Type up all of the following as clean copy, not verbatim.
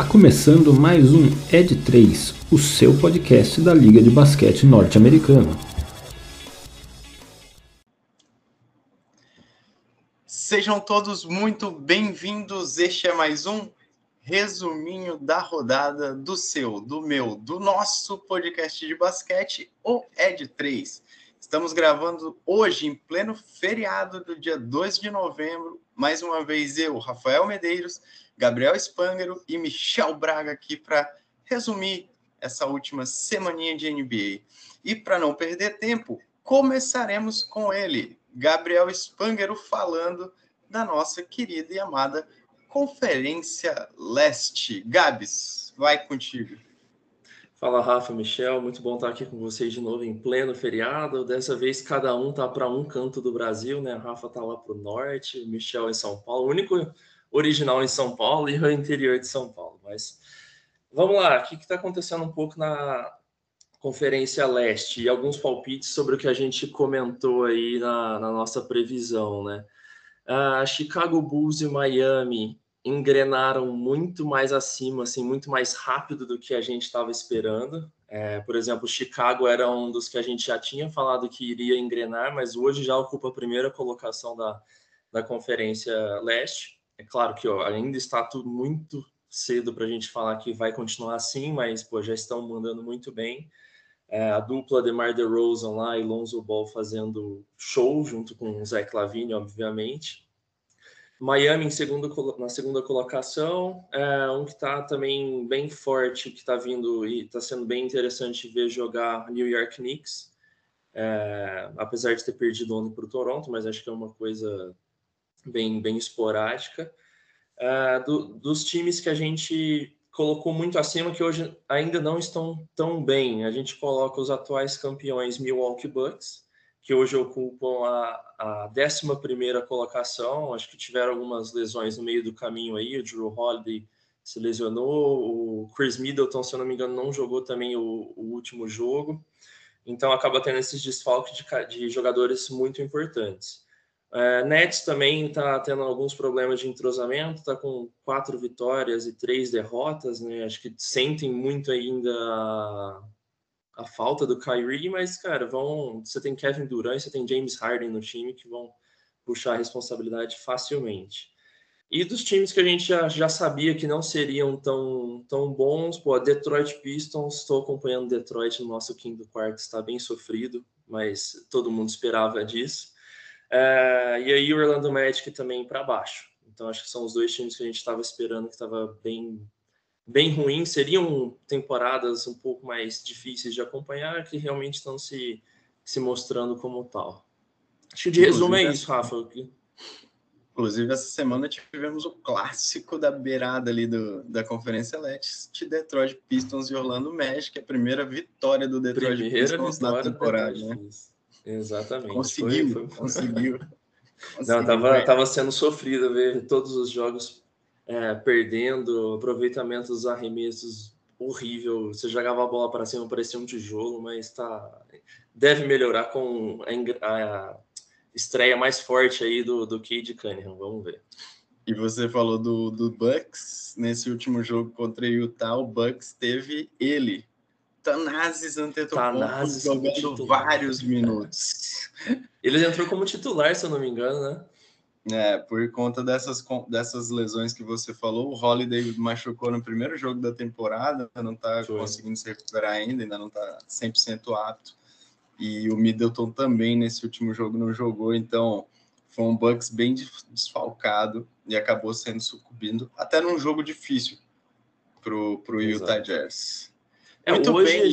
começando mais um Ed3, o seu podcast da Liga de Basquete Norte-Americana. Sejam todos muito bem-vindos. Este é mais um resuminho da rodada do seu, do meu, do nosso podcast de basquete, o Ed3. Estamos gravando hoje, em pleno feriado do dia 2 de novembro. Mais uma vez eu, Rafael Medeiros, Gabriel Spangaro e Michel Braga aqui para resumir essa última semaninha de NBA. E para não perder tempo, começaremos com ele, Gabriel Spangaro, falando da nossa querida e amada Conferência Leste. Gabs, vai contigo. Fala, Rafa, Michel, muito bom estar aqui com vocês de novo em pleno feriado. Dessa vez cada um tá para um canto do Brasil, né? A Rafa tá lá para o norte, o Michel em São Paulo, o único original em São Paulo e o interior de São Paulo. Mas vamos lá, o que está acontecendo um pouco na Conferência Leste e alguns palpites sobre o que a gente comentou aí na nossa previsão, né? Chicago Bulls e Miami engrenaram muito mais acima, assim, muito mais rápido do que a gente estava esperando. Por exemplo, Chicago era um dos que a gente já tinha falado que iria engrenar, mas hoje já ocupa a primeira colocação da Conferência Leste. É claro que ainda está tudo muito cedo para a gente falar que vai continuar assim, mas já estão mandando muito bem. A dupla DeMar DeRozan lá e Lonzo Ball fazendo show junto com o Zach LaVine, obviamente. Miami na segunda colocação, um que está também bem forte, que está vindo e está sendo bem interessante ver jogar New York Knicks, apesar de ter perdido ontem para o Toronto, mas acho que é uma coisa bem esporádica. Dos times que a gente colocou muito acima, que hoje ainda não estão tão bem, a gente coloca os atuais campeões Milwaukee Bucks, que hoje ocupam a 11ª colocação. Acho que tiveram algumas lesões no meio do caminho aí, o Jrue Holiday se lesionou, o Chris Middleton, se eu não me engano, não jogou também o último jogo, então acaba tendo esses desfalques de jogadores muito importantes. Nets também está tendo alguns problemas de entrosamento, está com 4 vitórias e 3 derrotas, né? Acho que sentem muito ainda a falta do Kyrie, mas, cara, você tem Kevin Durant e você tem James Harden no time que vão puxar a responsabilidade facilmente. E dos times que a gente já sabia que não seriam tão bons, Detroit Pistons, estou acompanhando Detroit no nosso quinto quarto, está bem sofrido, mas todo mundo esperava disso. E aí o Orlando Magic também para baixo. Então acho que são os dois times que a gente estava esperando, que estava bem ruim, seriam temporadas um pouco mais difíceis de acompanhar, que realmente estão se mostrando como tal. Acho que de resumo é isso, Rafa. Inclusive, essa semana tivemos o clássico da beirada ali da Conferência Leste, Detroit Pistons e Orlando Magic, a primeira vitória do Detroit Pistons na temporada, né? Exatamente. Conseguiu. Não, tava sendo sofrido ver todos os jogos perdendo, aproveitamento dos arremessos horrível. Você jogava a bola para cima, parecia um tijolo, mas deve melhorar com a estreia mais forte aí do Cade Cunningham. Vamos ver. E você falou do Bucks. Nesse último jogo contra o Utah, o Bucks teve ele, Thanasis Antetokounmpo, jogando vários minutos. Ele entrou como titular, se eu não me engano, né? Por conta dessas lesões que você falou, o Holiday machucou no primeiro jogo da temporada, não está conseguindo se recuperar ainda não está 100% apto. E o Middleton também nesse último jogo não jogou, então foi um Bucks bem desfalcado e acabou sucumbindo até num jogo difícil pro Utah Jazz. Hoje bem.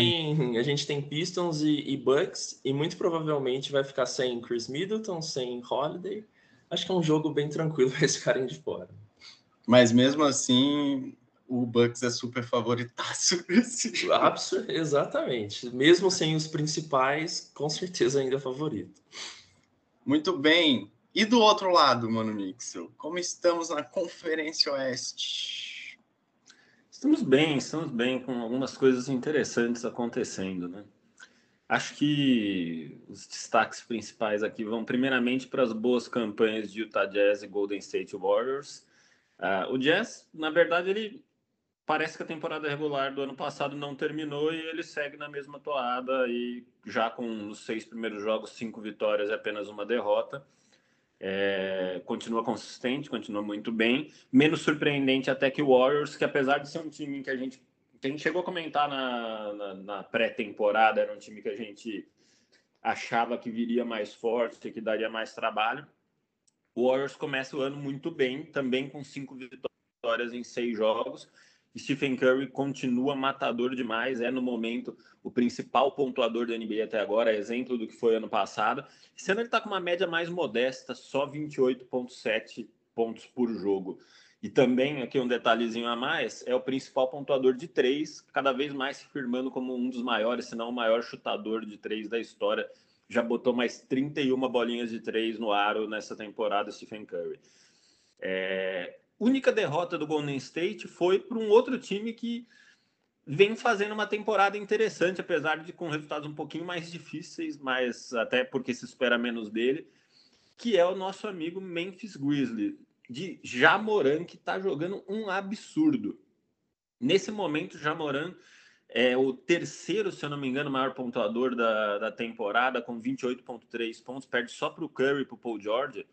A gente tem Pistons e Bucks, e muito provavelmente vai ficar sem Chris Middleton, sem Holiday. Acho que é um jogo bem tranquilo para esse cara de fora. Mas mesmo assim, o Bucks é super favoritaço nesse jogo. Exatamente. Mesmo sem os principais, com certeza ainda é favorito. Muito bem. E do outro lado, Mano Mixel, como estamos na Conferência Oeste? Estamos bem, com algumas coisas interessantes acontecendo, né? Acho que os destaques principais aqui vão primeiramente para as boas campanhas de Utah Jazz e Golden State Warriors. O Jazz, na verdade, ele parece que a temporada regular do ano passado não terminou e ele segue na mesma toada e já com os 6 primeiros jogos, 5 vitórias e apenas uma derrota. Continua consistente, continua muito bem. Menos surpreendente até que o Warriors, que apesar de ser um time que a gente chegou a comentar na pré-temporada, era um time que a gente achava que viria mais forte, que daria mais trabalho. O Warriors começa o ano muito bem, também com 5 vitórias em 6 jogos. Stephen Curry continua matador demais, é no momento o principal pontuador da NBA até agora, exemplo do que foi ano passado. Esse ano ele está com uma média mais modesta, só 28,7 pontos por jogo. E também, aqui um detalhezinho a mais, é o principal pontuador de 3, cada vez mais se firmando como um dos maiores, se não o maior chutador de 3 da história. Já botou mais 31 bolinhas de 3 no aro nessa temporada, Stephen Curry. Única derrota do Golden State foi para um outro time que vem fazendo uma temporada interessante, apesar de com resultados um pouquinho mais difíceis, mas até porque se espera menos dele, que é o nosso amigo Memphis Grizzlies, de Ja Morant, que está jogando um absurdo. Nesse momento, Ja Morant é o terceiro, se eu não me engano, maior pontuador da temporada, com 28,3 pontos, perde só para o Curry e para o Paul George,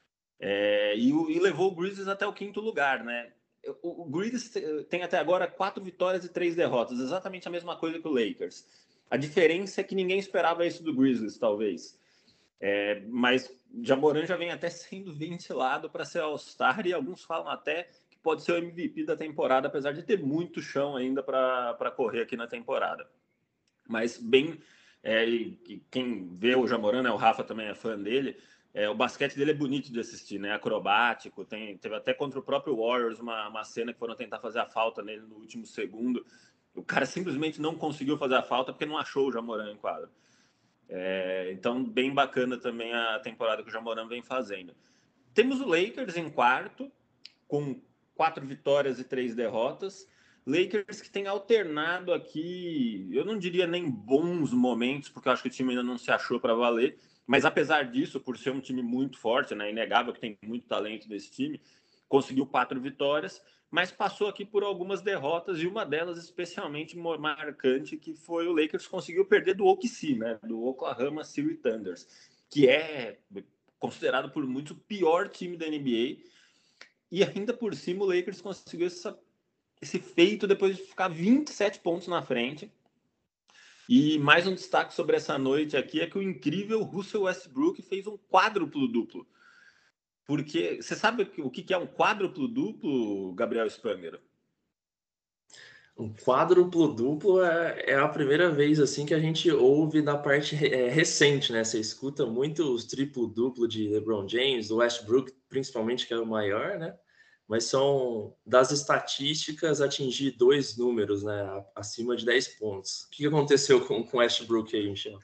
e levou o Grizzlies até o 5º lugar, né? O Grizzlies tem até agora 4 vitórias e 3 derrotas, exatamente a mesma coisa que o Lakers. A diferença é que ninguém esperava isso do Grizzlies, talvez. Mas Ja Morant já vem até sendo ventilado para ser All-Star, e alguns falam até que pode ser o MVP da temporada, apesar de ter muito chão ainda para correr aqui na temporada. Mas bem, quem vê o Ja Morant, né, o Rafa também é fã dele, o basquete dele é bonito de assistir, né? Acrobático. Teve até contra o próprio Warriors uma cena que foram tentar fazer a falta nele no último segundo. O cara simplesmente não conseguiu fazer a falta porque não achou o Ja Morant em quadro. Então, bem bacana também a temporada que o Ja Morant vem fazendo. Temos o Lakers em quarto, com 4 vitórias e 3 derrotas. Lakers que tem alternado aqui, eu não diria nem bons momentos, porque eu acho que o time ainda não se achou para valer, mas apesar disso, por ser um time muito forte, né, inegável que tem muito talento desse time, conseguiu 4 vitórias, mas passou aqui por algumas derrotas, e uma delas especialmente marcante, que foi o Lakers conseguiu perder do OKC, né, do Oklahoma City Thunders, que é considerado por muitos o pior time da NBA, e ainda por cima o Lakers conseguiu esse feito depois de ficar 27 pontos na frente. E mais um destaque sobre essa noite aqui é que o incrível Russell Westbrook fez um quádruplo duplo. Porque você sabe o que é um quádruplo duplo, Gabriel Spanger? Um quádruplo duplo é a primeira vez assim que a gente ouve da parte recente, né? Você escuta muito os triplo duplo de LeBron James, do Westbrook, principalmente, que é o maior, né? Mas são das estatísticas atingir 2 números, né? Acima de 10 pontos. O que aconteceu com o Westbrook aí, Michel?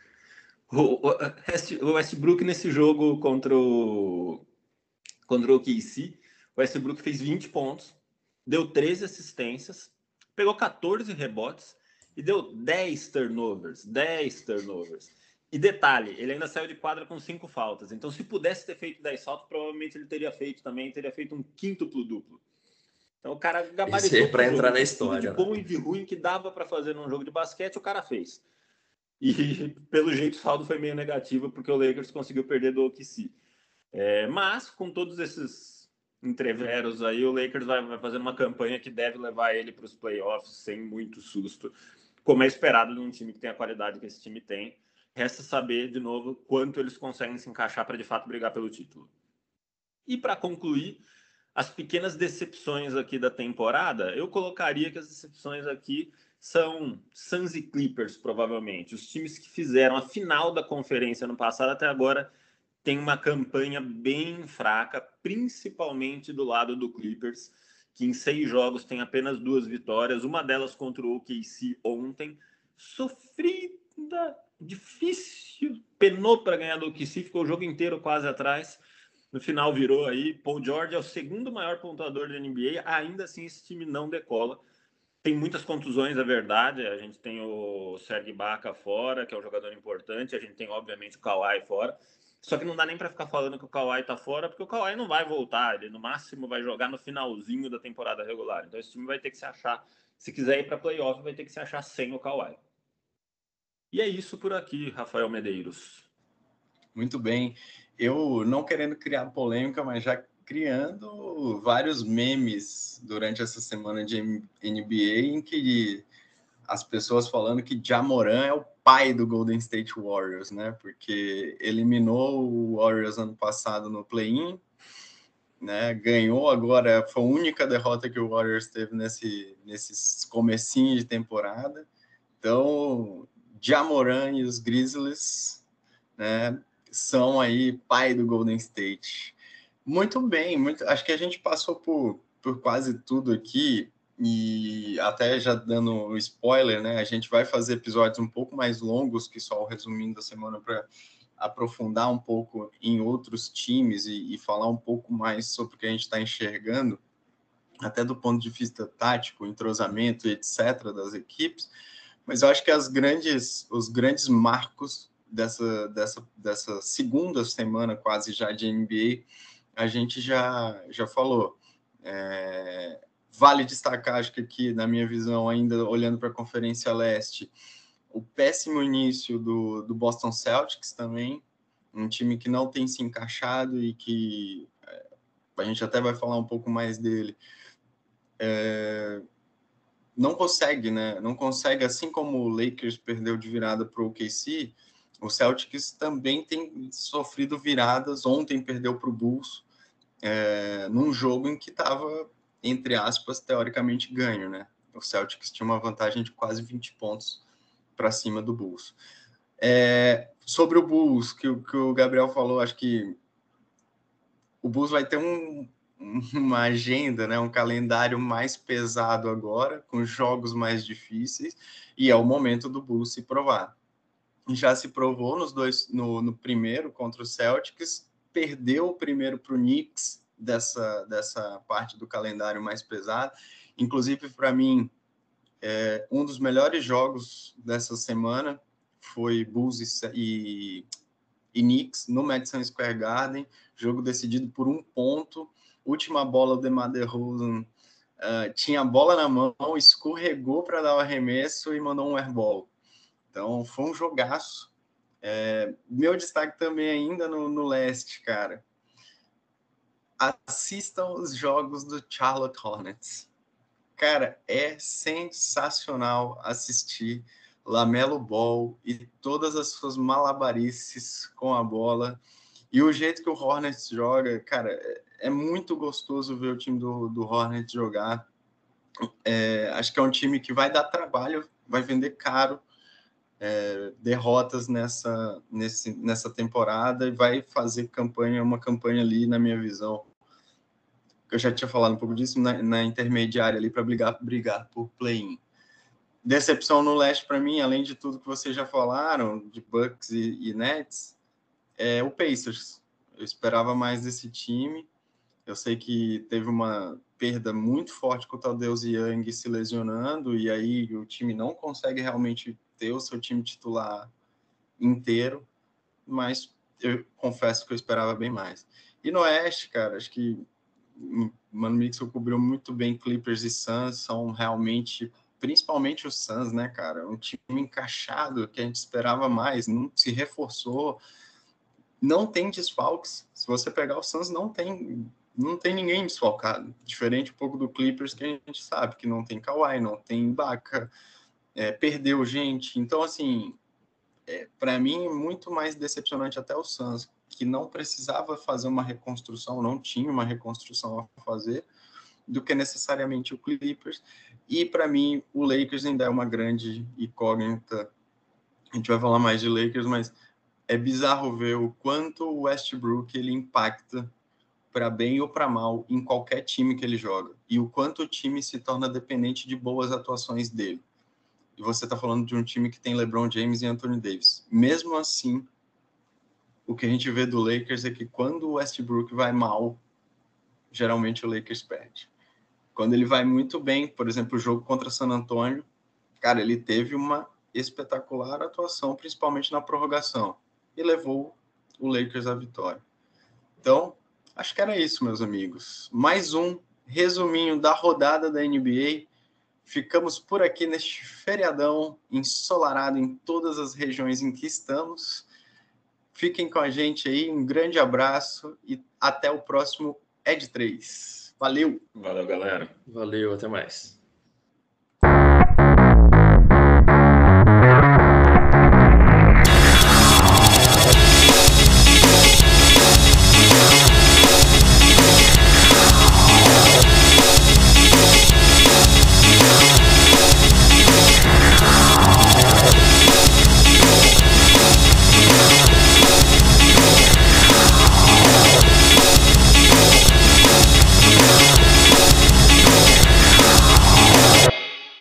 O Westbrook nesse jogo contra o OKC, o Westbrook fez 20 pontos, deu 13 assistências, pegou 14 rebotes e deu 10 turnovers. 10 turnovers. E detalhe, ele ainda saiu de quadra com 5 faltas. Então, se pudesse ter feito 10 faltas, provavelmente ele teria feito um quíntuplo duplo. Então, o cara Esse gabaritou é para entrar na tudo história, de bom né? e de ruim que dava para fazer num jogo de basquete, o cara fez. E, pelo jeito, o saldo foi meio negativo, porque o Lakers conseguiu perder do OKC. Mas, com todos esses entreveros aí, o Lakers vai fazendo uma campanha que deve levar ele para os playoffs sem muito susto, como é esperado de um time que tem a qualidade que esse time tem. Resta saber, de novo, quanto eles conseguem se encaixar para, de fato, brigar pelo título. E, para concluir, as pequenas decepções aqui da temporada, eu colocaria que as decepções aqui são Suns e Clippers, provavelmente. Os times que fizeram a final da conferência no passado até agora tem uma campanha bem fraca, principalmente do lado do Clippers, que em 6 jogos tem apenas 2 vitórias, uma delas contra o OKC ontem, sofrida, difícil, penou para ganhar do OKC, ficou o jogo inteiro quase atrás, no final virou aí. Paul George é o segundo maior pontuador da NBA, ainda assim esse time não decola. Tem muitas contusões, é verdade. A gente tem o Serge Ibaka fora, que é um jogador importante. A gente tem, obviamente, o Kawhi fora. Só que não dá nem para ficar falando que o Kawhi tá fora, porque o Kawhi não vai voltar. Ele, no máximo, vai jogar no finalzinho da temporada regular. Então, esse time vai ter que se achar se quiser ir para playoff, vai ter que se achar sem o Kawhi. E é isso por aqui, Rafael Medeiros. Muito bem. Eu não querendo criar polêmica, mas já criando vários memes durante essa semana de NBA em que as pessoas falando que Ja Morant é o pai do Golden State Warriors, né? Porque eliminou o Warriors ano passado no play-in, né? Ganhou agora, foi a única derrota que o Warriors teve nesses comecinho de temporada. Então, Ja Morant e os Grizzlies, né, são aí pai do Golden State. Muito bem, acho que a gente passou por quase tudo aqui, e até já dando um spoiler, né, a gente vai fazer episódios um pouco mais longos que só o resumindo da semana para aprofundar um pouco em outros times e falar um pouco mais sobre o que a gente está enxergando, até do ponto de vista tático, entrosamento, etc., das equipes. Mas eu acho que os grandes marcos dessa segunda semana quase já de NBA, a gente já falou. Vale destacar, acho que aqui, na minha visão, ainda olhando para a Conferência Leste, o péssimo início do Boston Celtics também, um time que não tem se encaixado e que a gente até vai falar um pouco mais dele. Não consegue, né? Não consegue, assim como o Lakers perdeu de virada para o OKC, o Celtics também tem sofrido viradas. Ontem perdeu para o Bulls, num jogo em que estava, entre aspas, teoricamente ganho, né? O Celtics tinha uma vantagem de quase 20 pontos para cima do Bulls. Sobre o Bulls, que o Gabriel falou, acho que o Bulls vai ter uma agenda, né, um calendário mais pesado agora, com jogos mais difíceis, e é o momento do Bulls se provar. Já se provou no primeiro contra o Celtics, perdeu o primeiro para o Knicks dessa parte do calendário mais pesado. Inclusive, para mim, um dos melhores jogos dessa semana foi Bulls e Knicks no Madison Square Garden, jogo decidido por 1 ponto. Última bola, o DeMar DeRozan tinha a bola na mão, escorregou para dar o arremesso e mandou um airball. Então, foi um jogaço. Meu destaque também ainda no leste, cara. Assistam os jogos do Charlotte Hornets. Cara, é sensacional assistir LaMelo Ball e todas as suas malabarices com a bola. E o jeito que o Hornets joga, cara, é muito gostoso ver o time do Hornets jogar. Acho que é um time que vai dar trabalho, vai vender caro derrotas nessa temporada e vai fazer uma campanha ali, na minha visão. Eu já tinha falado um pouco disso, na intermediária ali para brigar por play-in. Decepção no leste para mim, além de tudo que vocês já falaram, de Bucks e Nets, o Pacers. Eu esperava mais desse time. Eu sei que teve uma perda muito forte com o Tadeusz Young se lesionando, e aí o time não consegue realmente ter o seu time titular inteiro, mas eu confesso que eu esperava bem mais. E no Oeste, cara, acho que Mano Mixon cobriu muito bem Clippers e Suns, são realmente, principalmente os Suns, né, cara? Um time encaixado que a gente esperava mais, não se reforçou, não tem desfalques. Se você pegar o Suns, não tem ninguém desfalcado. Diferente um pouco do Clippers, que a gente sabe que não tem Kawhi, não tem Ibaka, perdeu gente. Então, assim, para mim, muito mais decepcionante até o Suns, que não precisava fazer uma reconstrução, não tinha uma reconstrução a fazer, do que necessariamente o Clippers. E, para mim, o Lakers ainda é uma grande incógnita. A gente vai falar mais de Lakers, mas é bizarro ver o quanto o Westbrook ele impacta para bem ou para mal em qualquer time que ele joga, e o quanto o time se torna dependente de boas atuações dele. E você está falando de um time que tem LeBron James e Anthony Davis. Mesmo assim, o que a gente vê do Lakers é que quando o Westbrook vai mal, geralmente o Lakers perde. Quando ele vai muito bem, por exemplo, o jogo contra San Antonio, cara, ele teve uma espetacular atuação, principalmente na prorrogação, e levou o Lakers à vitória. Então, acho que era isso, meus amigos. Mais um resuminho da rodada da NBA. Ficamos por aqui neste feriadão ensolarado em todas as regiões em que estamos. Fiquem com a gente aí, um grande abraço e até o próximo Ed 3. Valeu! Valeu, galera. Valeu, até mais.